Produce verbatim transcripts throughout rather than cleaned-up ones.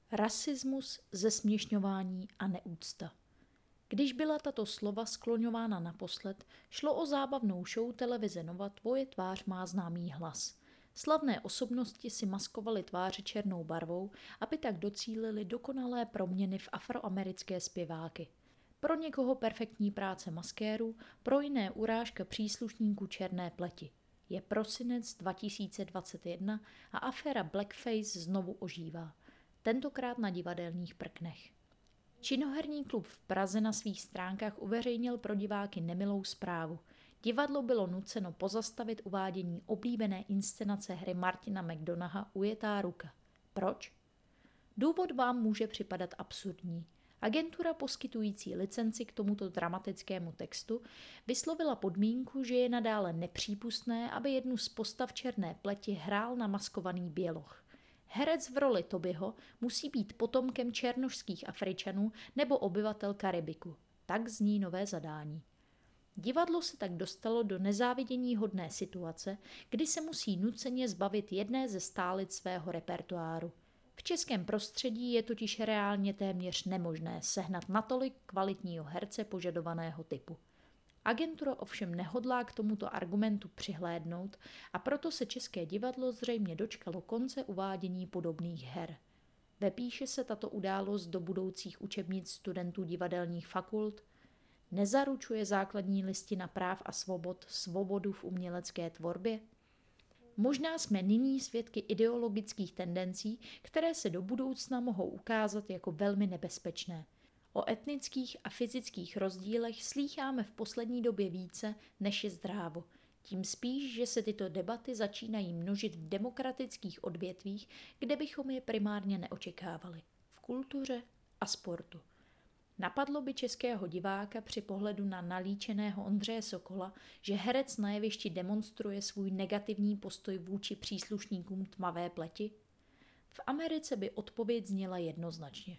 Rasismus, zesměšňování a neúcta. Když byla tato slova skloňována naposled, šlo o zábavnou show televize Nova Tvoje tvář má známý hlas. Slavné osobnosti si maskovaly tváře černou barvou, aby tak docílili dokonalé proměny v afroamerické zpěváky. Pro někoho perfektní práce maskérů, pro jiné urážka příslušníků černé pleti. Je prosinec dva tisíce dvacet jedna a aféra Blackface znovu ožívá. Tentokrát na divadelních prknech. Činoherní klub v Praze na svých stránkách uveřejnil pro diváky nemilou zprávu. Divadlo bylo nuceno pozastavit uvádění oblíbené inscenace hry Martina McDonaha Ujetá ruka. Proč? Důvod vám může připadat absurdní. Agentura poskytující licenci k tomuto dramatickému textu vyslovila podmínku, že je nadále nepřípustné, aby jednu z postav černé pleti hrál namaskovaný běloch. Herec v roli Tobyho musí být potomkem černošských Afričanů nebo obyvatel Karibiku. Tak zní nové zadání. Divadlo se tak dostalo do nezáviděníhodné situace, kdy se musí nuceně zbavit jedné ze stálic svého repertoáru. V českém prostředí je totiž reálně téměř nemožné sehnat natolik kvalitního herce požadovaného typu. Agentura ovšem nehodlá k tomuto argumentu přihlédnout a proto se České divadlo zřejmě dočkalo konce uvádění podobných her. Vepíše se tato událost do budoucích učebnic studentů divadelních fakult, nezaručuje základní listina práv a svobod svobodu v umělecké tvorbě? Možná jsme nyní svědky ideologických tendencí, které se do budoucna mohou ukázat jako velmi nebezpečné. O etnických a fyzických rozdílech slýcháme v poslední době více, než je zdrávo. Tím spíš, že se tyto debaty začínají množit v demokratických odvětvích, kde bychom je primárně neočekávali. V kultuře a sportu. Napadlo by českého diváka při pohledu na nalíčeného Ondřeje Sokola, že herec na jevišti demonstruje svůj negativní postoj vůči příslušníkům tmavé pleti? V Americe by odpověď zněla jednoznačně.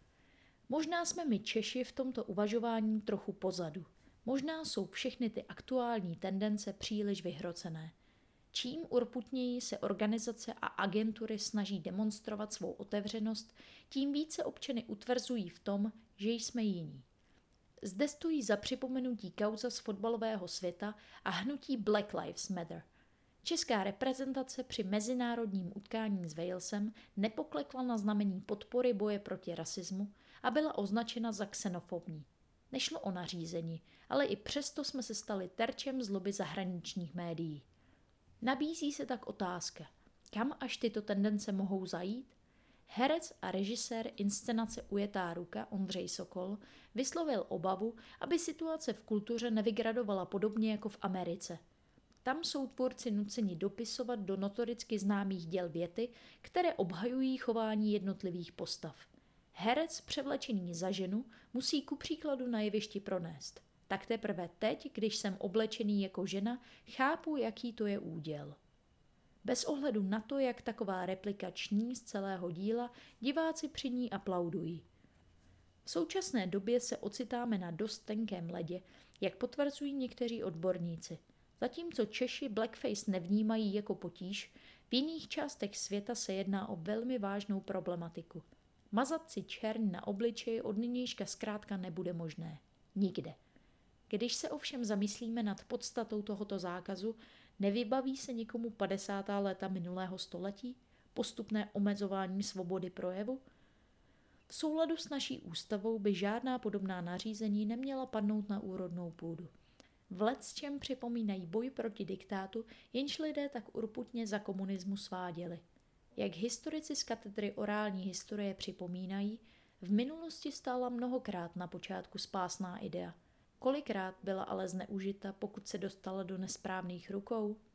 Možná jsme my Češi v tomto uvažování trochu pozadu. Možná jsou všechny ty aktuální tendence příliš vyhrocené. Čím urputněji se organizace a agentury snaží demonstrovat svou otevřenost, tím více občany utvrzují v tom, že jsme jiní. Zde stojí za připomenutí kauza z fotbalového světa a hnutí Black Lives Matter. Česká reprezentace při mezinárodním utkání s Walesem nepoklekla na znamení podpory boje proti rasismu a byla označena za xenofobní. Nešlo o nařízení, ale i přesto jsme se stali terčem zloby zahraničních médií. Nabízí se tak otázka, kam až tyto tendence mohou zajít? Herec a režisér inscenace Ujetá ruka Ondřej Sokol vyslovil obavu, aby situace v kultuře nevygradovala podobně jako v Americe. Tam jsou tvůrci nuceni dopisovat do notoricky známých děl věty, které obhajují chování jednotlivých postav. Herec převlečený za ženu musí ku příkladu na jevišti pronést. Tak teprve teď, když jsem oblečený jako žena, chápu, jaký to je úděl. Bez ohledu na to, jak taková replika ční z celého díla, diváci při ní aplaudují. V současné době se ocitáme na dost tenkém ledě, jak potvrzují někteří odborníci. Zatímco Češi blackface nevnímají jako potíž, v jiných částech světa se jedná o velmi vážnou problematiku. Mazat si čerň na obličeji od nynějška zkrátka nebude možné. Nikde. Když se ovšem zamyslíme nad podstatou tohoto zákazu, nevybaví se někomu padesátá léta minulého století, postupné omezování svobody projevu? V souladu s naší ústavou by žádná podobná nařízení neměla padnout na úrodnou půdu. V lecčem připomínají boj proti diktátu, jenž lidé tak urputně za komunismu sváděli. Jak historici z katedry orální historie připomínají, v minulosti stála mnohokrát na počátku spásná idea. Kolikrát byla ale zneužita, pokud se dostala do nesprávných rukou?